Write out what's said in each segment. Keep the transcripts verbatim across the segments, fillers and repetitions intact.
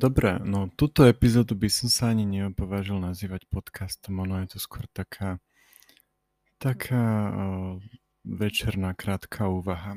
Dobre, no túto epizódu by som sa ani neopovážil nazývať podcastom, ono je to skôr taká, taká uh, večerná krátka úvaha.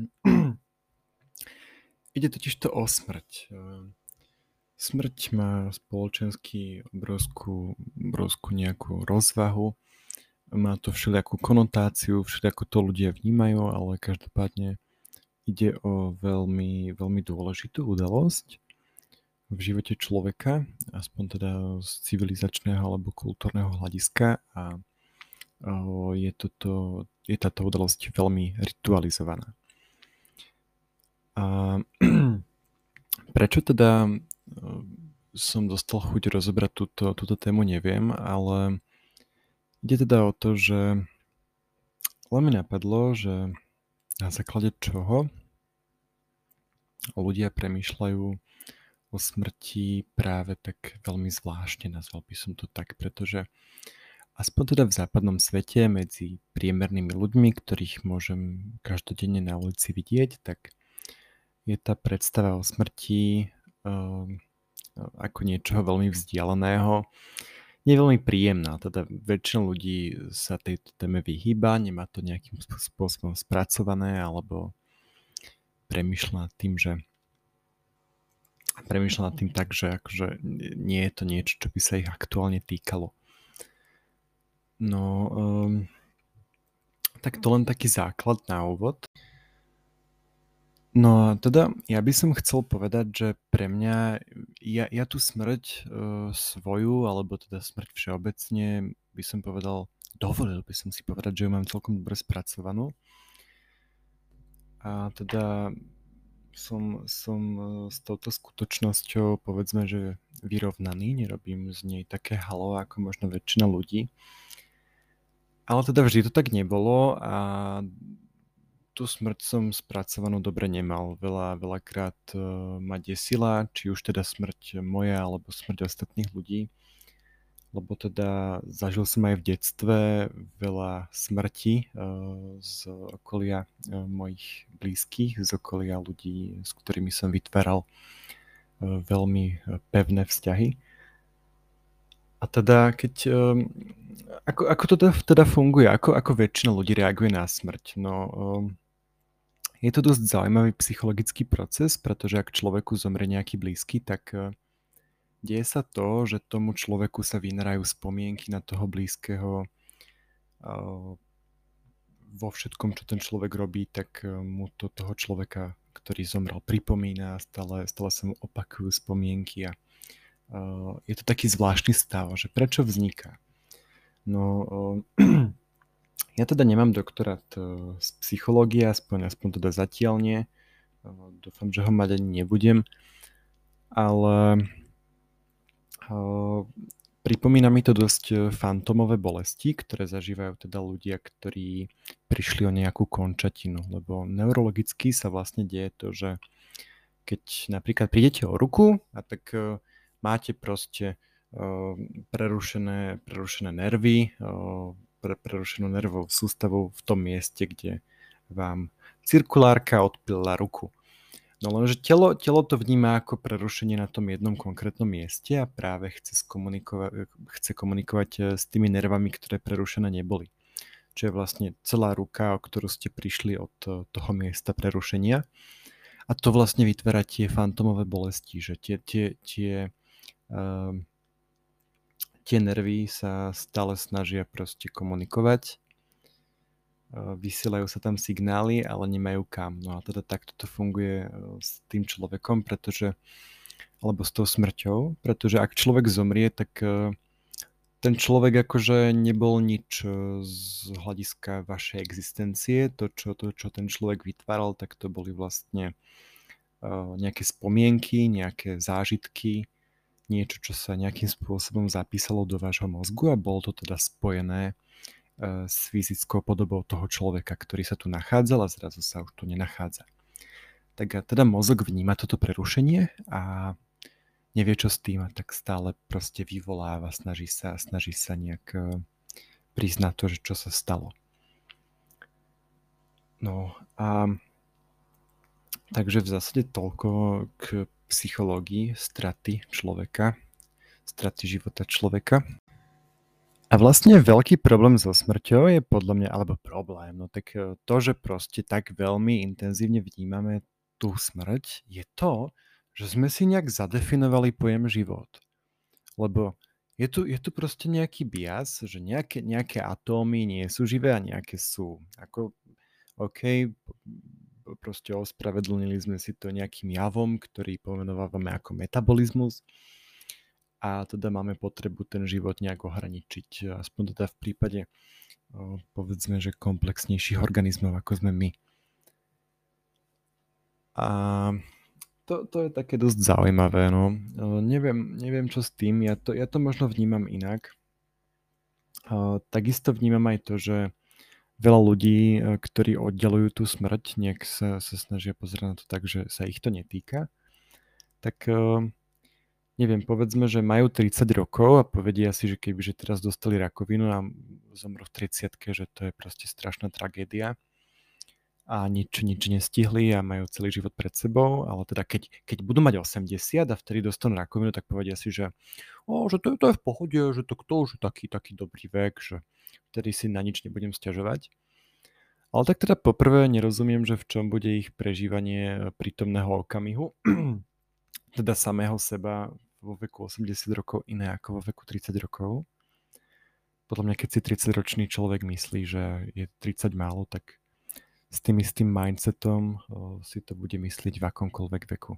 Ide totiž to o smrť. Uh, smrť má spoločensky obrovskú, obrovskú nejakú rozvahu, má to všelijakú konotáciu, všelijako to ľudia vnímajú, ale každopádne ide o veľmi, veľmi dôležitú udalosť v živote človeka, aspoň teda z civilizačného alebo kultúrneho hľadiska a o, je, toto, je táto udalosť veľmi ritualizovaná. A prečo teda som dostal chuť rozobrať túto, túto tému, neviem, ale ide teda o to, že len mi napadlo, že na základe čoho ľudia premýšľajú o smrti práve tak veľmi zvláštne, nazval by som to tak, pretože aspoň teda v západnom svete medzi priemernými ľuďmi, ktorých môžem každodenne na ulici vidieť, tak je tá predstava o smrti um, ako niečoho veľmi vzdialeného, nie veľmi príjemná. Teda väčšina ľudí sa tejto téme vyhýba, nemá to nejakým spôsobom spracované alebo premýšľa nad tým, že premýšľa nad tým tak, že akože nie je to niečo, čo by sa ich aktuálne týkalo. No, um, tak to len taký základ na úvod. No a teda ja by som chcel povedať, že pre mňa, ja, ja tú smrť uh, svoju, alebo teda smrť všeobecne, by som povedal, dovolil by som si povedať, že ju mám celkom dobre spracovanú. A teda som, som s touto skutočnosťou, povedzme, že vyrovnaný, nerobím z nej také halo ako možno väčšina ľudí. Ale teda vždy to tak nebolo a tú smrť som spracovanú dobre nemal. Veľa, veľakrát uh, ma desila, či už teda smrť moja alebo smrť ostatných ľudí. Lebo teda zažil som aj v detstve veľa smrti uh, z okolia uh, mojich blízkych, z okolia ľudí, s ktorými som vytváral uh, veľmi pevné vzťahy. A teda, keď, um, ako, ako to teda, teda funguje? Ako, ako väčšina ľudí reaguje na smrť? No, um, je to dosť zaujímavý psychologický proces, pretože ak človeku zomrie nejaký blízky, tak uh, deje sa to, že tomu človeku sa vynerajú spomienky na toho blízkeho. Vo všetkom, čo ten človek robí, tak mu to toho človeka, ktorý zomrel, pripomína, stále, stále sa mu opakujú spomienky a je to taký zvláštny stav, že prečo vzniká. No, ja teda nemám doktorát z psychológie, aspoň, aspoň teda zatiaľ nie. Dúfam, že ho mať ani nebudem, ale Uh, pripomína mi to dosť fantomové bolesti, ktoré zažívajú teda ľudia, ktorí prišli o nejakú končatinu, lebo neurologicky sa vlastne deje to, že keď napríklad prídete o ruku a tak uh, máte proste uh, prerušené, prerušené nervy, uh, pre, prerušenú nervovú sústavu v tom mieste, kde vám cirkulárka odpilila ruku. No lenže telo, telo to vníma ako prerušenie na tom jednom konkrétnom mieste a práve chce, skomunikovať, chce komunikovať s tými nervami, ktoré prerušené neboli. Čo je vlastne celá ruka, o ktorú ste prišli od toho miesta prerušenia. A to vlastne vytvára tie fantomové bolesti, že tie, tie, tie, uh, tie nervy sa stále snažia proste komunikovať. Vysielajú sa tam signály, ale nemajú kam. No a teda takto to funguje s tým človekom, pretože, alebo s tou smrťou, pretože ak človek zomrie, tak ten človek akože nebol nič z hľadiska vašej existencie. To čo, to, čo ten človek vytváral, tak to boli vlastne nejaké spomienky, nejaké zážitky, niečo, čo sa nejakým spôsobom zapísalo do vášho mozgu a bolo to teda spojené s fyzickou podobou toho človeka, ktorý sa tu nachádzal a zrazu sa už tu nenachádza. Tak a teda mozog vníma toto prerušenie a nevie, čo s tým a tak stále proste vyvoláva, snaží sa, snaží sa nejak priznať to, že čo sa stalo. No a takže v zásade toľko k psychológii straty človeka, straty života človeka. A vlastne veľký problém so smrťou je podľa mňa, alebo problém, no tak e, to, že proste tak veľmi intenzívne vnímame tú smrť, je to, že sme si nejak zadefinovali pojem život. Lebo je tu, je tu proste nejaký bias, že nejaké, nejaké atómy nie sú živé a nejaké sú. Ako, OK, proste ospravedlnili sme si to nejakým javom, ktorý pomenovávame ako metabolizmus. A teda máme potrebu ten život nejak ohraničiť, aspoň teda v prípade, povedzme, že komplexnejších organizmov, ako sme my. A to, to je také dosť zaujímavé, no. Neviem, neviem čo s tým, ja to, ja to možno vnímam inak. Takisto vnímam aj to, že veľa ľudí, ktorí oddelujú tú smrť, nejak sa, sa snažia pozerať na to tak, že sa ich to netýka, tak neviem, povedzme, že majú tridsať rokov a povedia si, že kebyže teraz dostali rakovinu a zomrú v tridsiatke, že to je proste strašná tragédia a nič, nič nestihli a majú celý život pred sebou, ale teda keď, keď budú mať osemdesiat a vtedy dostanú rakovinu, tak povedia si, že, o, že to, to je v pohode, že to, to už je taký, taký dobrý vek, že vtedy si na nič nebudem sťažovať. Ale tak teda poprvé nerozumiem, že v čom bude ich prežívanie prítomného okamihu, teda samého seba vo veku osemdesiat rokov iné ako vo veku tridsať rokov. Podľa mňa, keď si tridsaťročný človek myslí, že je tridsať málo, tak s tým istým mindsetom o, si to bude myslieť v akomkoľvek veku.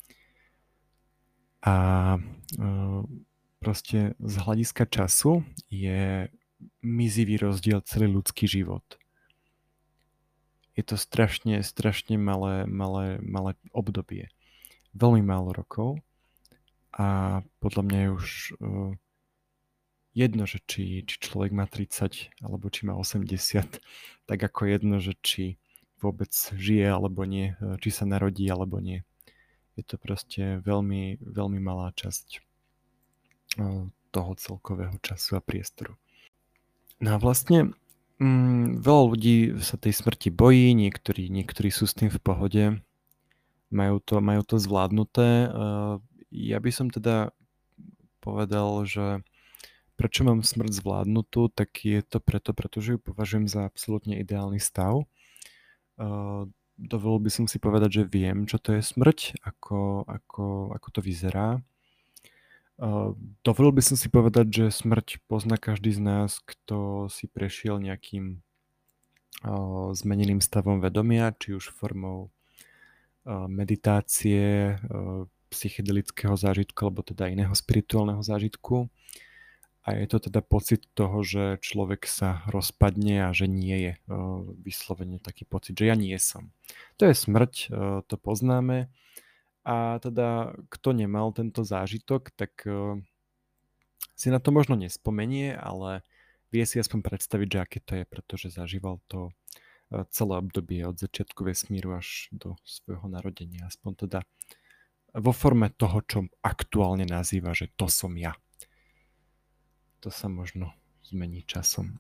A o, proste z hľadiska času je mizivý rozdiel celý ľudský život. Je to strašne, strašne malé, malé, malé obdobie. Veľmi málo rokov a podľa mňa je už uh, jedno, že či, či človek má tridsať alebo či má osemdesiat, tak ako jedno, že či vôbec žije alebo nie, či sa narodí alebo nie. Je to proste veľmi, veľmi malá časť uh, toho celkového času a priestoru. No a vlastne mm, veľa ľudí sa tej smrti bojí, niektorí, niektorí sú s tým v pohode, majú to, majú to zvládnuté. Ja by som teda povedal, že prečo mám smrť zvládnutú, tak je to preto, pretože ju považujem za absolútne ideálny stav. Dovolil by som si povedať, že viem, čo to je smrť, ako, ako, ako to vyzerá. Dovolil by som si povedať, že smrť pozná každý z nás, kto si prešiel nejakým zmeneným stavom vedomia, či už formou meditácie, psychedelického zážitku alebo teda iného spirituálneho zážitku. A je to teda pocit toho, že človek sa rozpadne a že nie je vyslovene taký pocit, že ja nie som. To je smrť, to poznáme. A teda kto nemal tento zážitok, tak si na to možno nespomenie, ale vie si aspoň predstaviť, že aké to je, pretože zažíval to celé obdobie od začiatku vesmíru až do svojho narodenia. Aspoň teda vo forme toho, čo aktuálne nazýva, že to som ja. To sa možno zmení časom.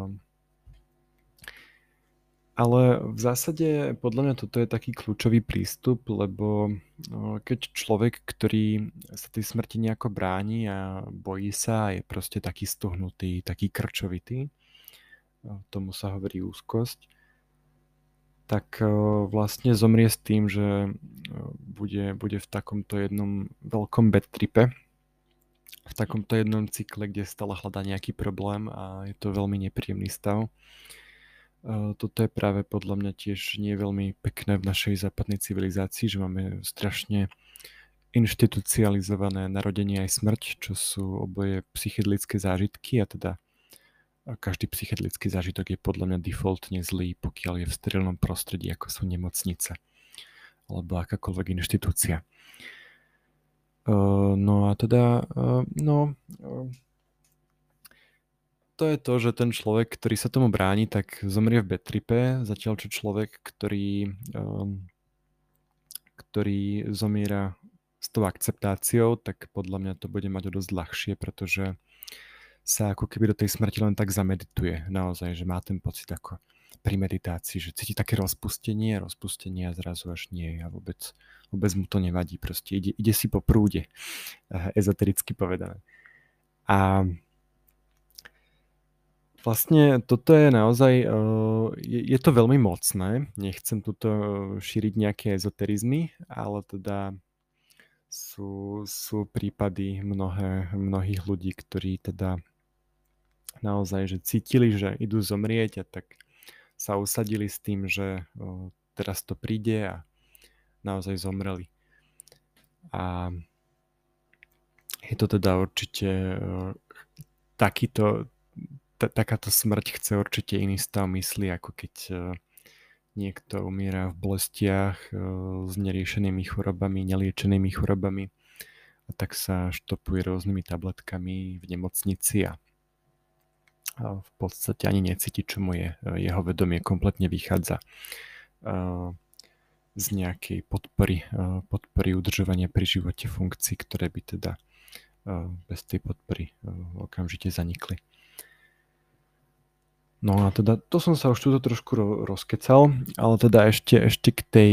Ale v zásade podľa mňa toto je taký kľúčový prístup, lebo keď človek, ktorý sa tej smrti nejako bráni a bojí sa, je proste taký stuhnutý, taký krčovitý, tomu sa hovorí úzkosť, tak vlastne zomrie s tým, že bude, bude v takomto jednom veľkom bad tripe, v takomto jednom cykle, kde stále hľadá nejaký problém a je to veľmi nepríjemný stav. Toto je práve podľa mňa tiež nie veľmi pekné v našej západnej civilizácii, že máme strašne inštitucializované narodenie aj smrť, čo sú oboje psychedelické zážitky a teda každý psychedelický zážitok je podľa mňa defaultne zlý, pokiaľ je v sterilnom prostredí, ako sú nemocnice alebo akákoľvek inštitúcia. Uh, no a teda, uh, no, uh, to je to, že ten človek, ktorý sa tomu bráni, tak zomrie v bad tripe, zatiaľ čo človek, ktorý, um, ktorý zomiera s tou akceptáciou, tak podľa mňa to bude mať o dosť ľahšie, pretože sa ako keby do tej smrti len tak zamedituje. Naozaj, že má ten pocit ako pri meditácii, že cíti také rozpustenie, rozpustenie a zrazu až nie. A vôbec, vôbec mu to nevadí, proste ide, ide si po prúde, ezotericky povedané. A vlastne toto je naozaj, je, je to veľmi mocné, nechcem tuto šíriť nejaké ezoterizmy, ale teda sú, sú prípady mnohé, mnohých ľudí, ktorí teda naozaj, že cítili, že idú zomrieť a tak sa usadili s tým, že o, teraz to príde a naozaj zomreli. A je to teda určite o, takýto T- takáto smrť chce určite iný stav mysli, ako keď uh, niekto umiera v bolestiach uh, s neriešenými chorobami, neliečenými chorobami a tak sa štopuje rôznymi tabletkami v nemocnici a, a v podstate ani necíti, čo mu je. Jeho vedomie kompletne vychádza uh, z nejakej podpory, uh, podpory udržovania pri živote funkcií, ktoré by teda uh, bez tej podpory uh, okamžite zanikli. No a teda to som sa už tuto trošku ro- rozkecal, ale teda ešte, ešte k tej,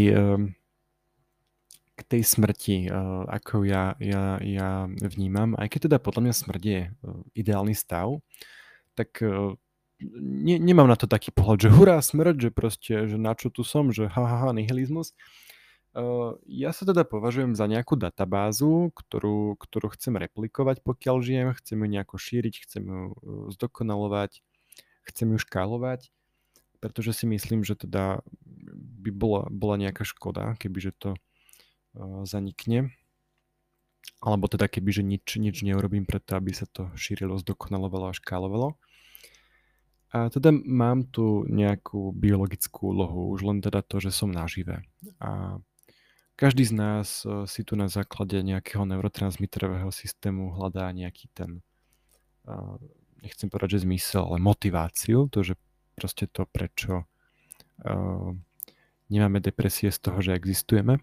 k tej smrti, ako ja, ja, ja vnímam, aj keď teda podľa mňa smrť je ideálny stav, tak ne, nemám na to taký pohľad, že hurá smrť, že proste, že na čo tu som, že ha, ha, ha nihilizmus. Ja sa teda považujem za nejakú databázu, ktorú, ktorú chcem replikovať, pokiaľ žijem, chcem ju nejako šíriť, chcem ju zdokonalovať, chcem ju škálovať, pretože si myslím, že teda by bola, bola nejaká škoda, kebyže to uh, zanikne. Alebo teda kebyže nič, nič neurobím preto, aby sa to šírilo, zdokonalovalo a škálovalo. A teda mám tu nejakú biologickú úlohu, už len teda to, že som nažive. A každý z nás uh, si tu na základe nejakého neurotransmiterového systému hľadá nejaký ten uh, nechcem povedať, že zmysel, ale motiváciu, to, že proste to, prečo uh, nemáme depresie z toho, že existujeme.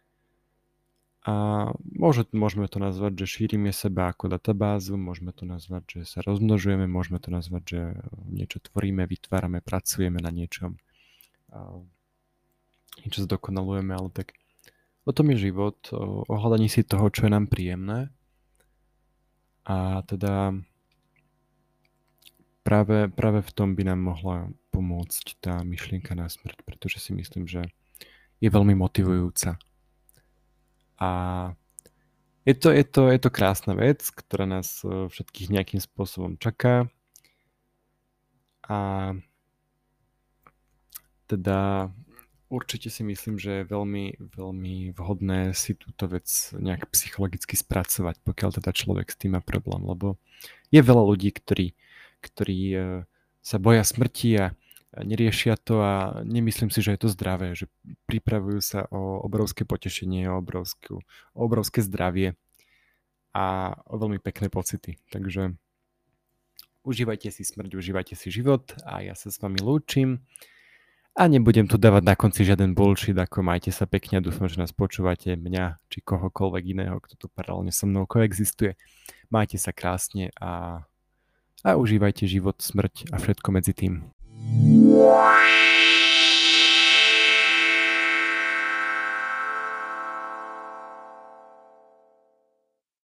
A môže, môžeme to nazvať, že šírime seba ako databázu, môžeme to nazvať, že sa rozmnožujeme, môžeme to nazvať, že niečo tvoríme, vytvárame, pracujeme na niečom. Uh, niečo zdokonalujeme, ale tak o tom je život, o, o hľadaní si toho, čo je nám príjemné. A teda Práve, práve v tom by nám mohla pomôcť tá myšlienka na smrť, pretože si myslím, že je veľmi motivujúca. A je to, je to, je to krásna vec, ktorá nás všetkých nejakým spôsobom čaká. A teda určite si myslím, že je veľmi, veľmi vhodné si túto vec nejak psychologicky spracovať, pokiaľ teda človek s tým má problém, lebo je veľa ľudí, ktorí ktorí sa boja smrti a neriešia to a nemyslím si, že je to zdravé, že pripravujú sa o obrovské potešenie, o, obrovskú, o obrovské zdravie a o veľmi pekné pocity. Takže užívajte si smrť, užívajte si život a ja sa s vami lúčim a nebudem tu dávať na konci žiaden bullshit, ako majte sa pekne a dúfam, že nás počúvate, mňa či kohokoľvek iného, kto tu paralelne so mnou koexistuje. Majte sa krásne a a užívajte život, smrť a všetko medzi tým.